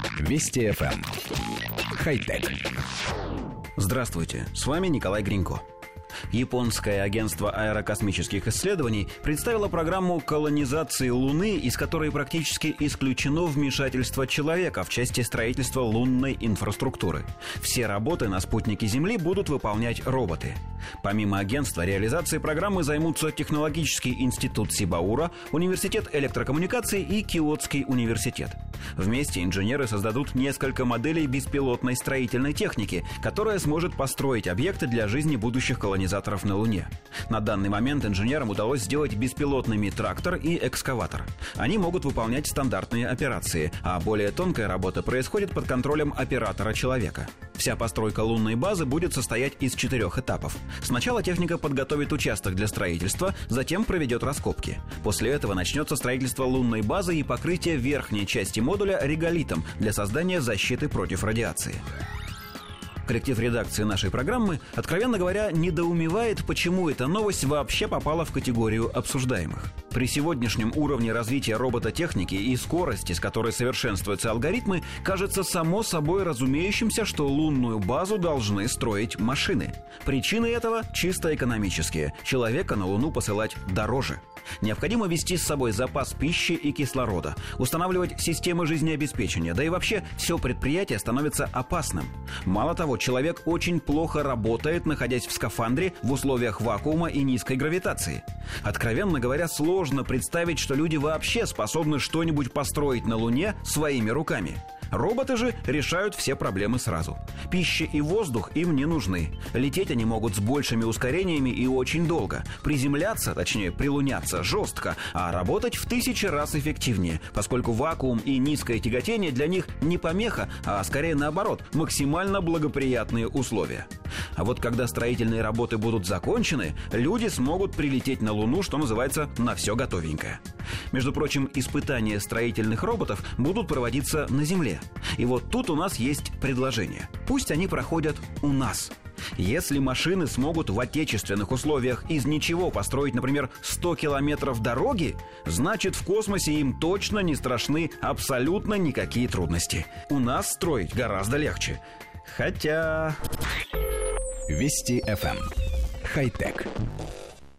Вести ФМ. Хай-тек. Здравствуйте, с вами Николай Гринько. Японское агентство аэрокосмических исследований представило программу колонизации Луны, из которой практически исключено вмешательство человека в части строительства лунной инфраструктуры. Все работы на спутнике Земли будут выполнять роботы. Помимо агентства, реализацией программы займутся Технологический институт Сибаура, Университет электрокоммуникаций и Киотский университет. Вместе инженеры создадут несколько моделей беспилотной строительной техники, которая сможет построить объекты для жизни будущих колонизаторов на Луне. На данный момент инженерам удалось сделать беспилотными трактор и экскаватор. Они могут выполнять стандартные операции, а более тонкая работа происходит под контролем оператора-человека. Вся постройка лунной базы будет состоять из 4 этапов. Сначала техника подготовит участок для строительства, затем проведет раскопки. После этого начнется строительство лунной базы и покрытие верхней части модуля реголитом для создания защиты против радиации. Коллектив редакции нашей программы, откровенно говоря, недоумевает, почему эта новость вообще попала в категорию обсуждаемых. При сегодняшнем уровне развития робототехники и скорости, с которой совершенствуются алгоритмы, кажется само собой разумеющимся, что лунную базу должны строить машины. Причины этого чисто экономические. Человека на Луну посылать дороже. Необходимо вести с собой запас пищи и кислорода, устанавливать системы жизнеобеспечения, да и вообще все предприятие становится опасным. Мало того, человек очень плохо работает, находясь в скафандре в условиях вакуума и низкой гравитации. Откровенно говоря, сложно представить, что люди вообще способны что-нибудь построить на Луне своими руками. Роботы же решают все проблемы сразу. Пища и воздух им не нужны. Лететь они могут с большими ускорениями и очень долго. Приземляться, точнее прилуняться, жестко, а работать в 1000 раз эффективнее, поскольку вакуум и низкое тяготение для них не помеха, а скорее наоборот, максимально благоприятные условия. А вот когда строительные работы будут закончены, люди смогут прилететь на Луну, что называется, на все готовенькое. Между прочим, испытания строительных роботов будут проводиться на Земле. И вот тут у нас есть предложение. Пусть они проходят у нас. Если машины смогут в отечественных условиях из ничего построить, например, 100 километров дороги, значит, в космосе им точно не страшны абсолютно никакие трудности. У нас строить гораздо легче. Хотя... Вести ФМ. Хай-тек.